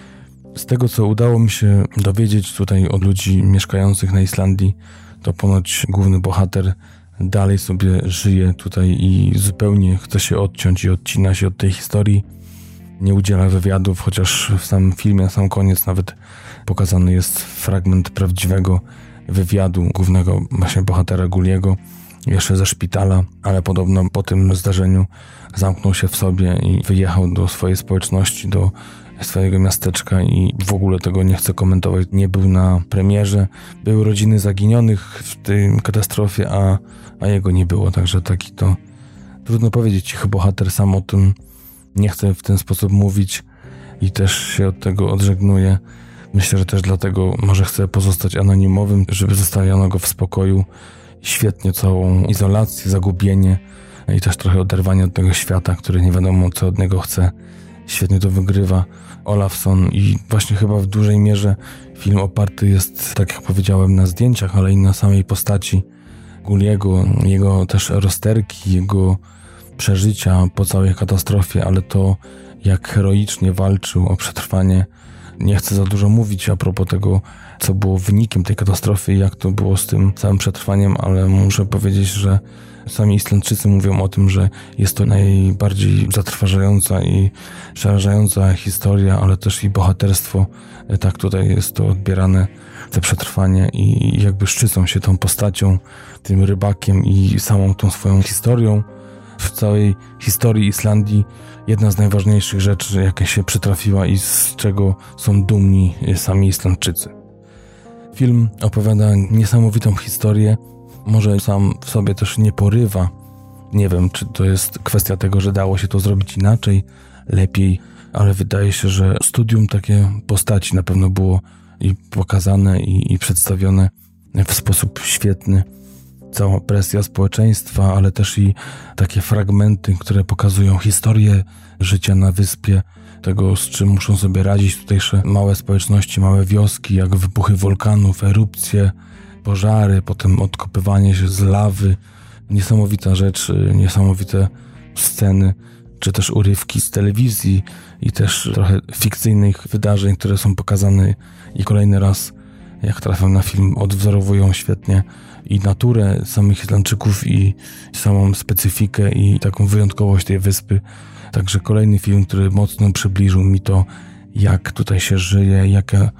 Z tego, co udało mi się dowiedzieć tutaj od ludzi mieszkających na Islandii, to ponoć główny bohater dalej sobie żyje tutaj i zupełnie chce się odciąć i odcina się od tej historii. Nie udziela wywiadów, chociaż w samym filmie na sam koniec nawet pokazany jest fragment prawdziwego wywiadu głównego właśnie bohatera Guliego jeszcze ze szpitala, ale podobno po tym zdarzeniu zamknął się w sobie i wyjechał do swojej społeczności, do swojego miasteczka i w ogóle tego nie chcę komentować. Nie był na premierze, były rodziny zaginionych w tej katastrofie, a, a jego nie było, także taki to trudno powiedzieć, cichy bohater sam o tym nie chce w ten sposób mówić i też się od tego odżegnuje. Myślę, że też dlatego może chce pozostać anonimowym, żeby zostawiono go w spokoju. Świetnie całą izolację, zagubienie i też trochę oderwanie od tego świata, który nie wiadomo co od niego chce. Świetnie to wygrywa Olafsson i właśnie chyba w dużej mierze film oparty jest, tak jak powiedziałem, na zdjęciach, ale i na samej postaci Guliego, jego też rozterki, jego przeżycia po całej katastrofie, ale to jak heroicznie walczył o przetrwanie. Nie chcę za dużo mówić a propos tego, co było wynikiem tej katastrofy i jak to było z tym całym przetrwaniem, ale muszę powiedzieć, że sami Islandczycy mówią o tym, że jest to najbardziej zatrważająca i przerażająca historia, ale też i bohaterstwo. Tak tutaj jest to odbierane, te przetrwanie i jakby szczycą się tą postacią, tym rybakiem i samą tą swoją historią. W całej historii Islandii jedna z najważniejszych rzeczy, jaka się przytrafiła i z czego są dumni sami Islandczycy. Film opowiada niesamowitą historię, może sam w sobie też nie porywa. Nie wiem, czy to jest kwestia tego, że dało się to zrobić inaczej, lepiej, ale wydaje się, że studium takie postaci na pewno było i pokazane i, i przedstawione w sposób świetny. Cała presja społeczeństwa, ale też i takie fragmenty, które pokazują historię życia na wyspie, tego, z czym muszą sobie radzić tutejsze małe społeczności, małe wioski, jak wybuchy wulkanów, erupcje, pożary, potem odkopywanie się z lawy. Niesamowita rzecz, niesamowite sceny, czy też urywki z telewizji i też trochę fikcyjnych wydarzeń, które są pokazane i kolejny raz, jak trafiam na film, odwzorowują świetnie i naturę samych Islandczyków i samą specyfikę i taką wyjątkowość tej wyspy. Także kolejny film, który mocno przybliżył mi to, jak tutaj się żyje, jakie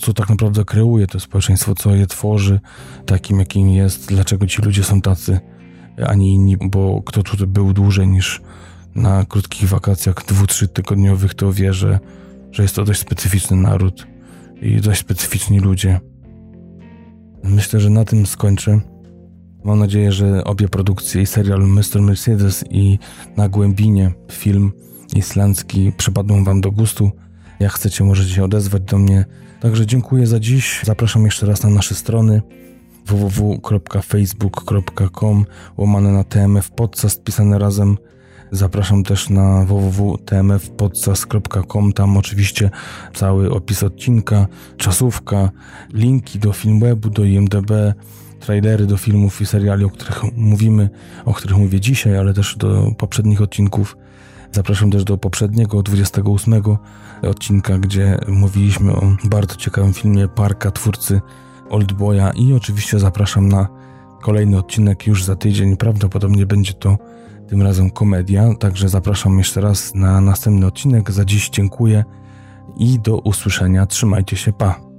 co tak naprawdę kreuje to społeczeństwo, co je tworzy takim, jakim jest, dlaczego ci ludzie są tacy, a nie inni, bo kto tutaj był dłużej niż na krótkich wakacjach dwu, trzy tygodniowych, to wie, że, że jest to dość specyficzny naród i dość specyficzni ludzie. Myślę, że na tym skończę. Mam nadzieję, że obie produkcje, i serial mister Mercedes, i Na głębinie film islandzki, przypadną wam do gustu. Jak chcecie, możecie się odezwać do mnie. Także dziękuję za dziś. Zapraszam jeszcze raz na nasze strony w w w kropka facebook kropka com łamane na T M F Podcast pisane razem. Zapraszam też na w w w kropka t m f podcast kropka com. Tam oczywiście cały opis odcinka, czasówka, linki do Filmwebu, do I M D B, trailery do filmów i seriali, o których mówimy, o których mówię dzisiaj, ale też do poprzednich odcinków. Zapraszam też do poprzedniego, dwudziestego ósmego odcinka, gdzie mówiliśmy o bardzo ciekawym filmie Parka, twórcy Oldboya, i oczywiście zapraszam na kolejny odcinek już za tydzień. Prawdopodobnie będzie to tym razem komedia, także zapraszam jeszcze raz na następny odcinek. Za dziś dziękuję i do usłyszenia. Trzymajcie się, pa!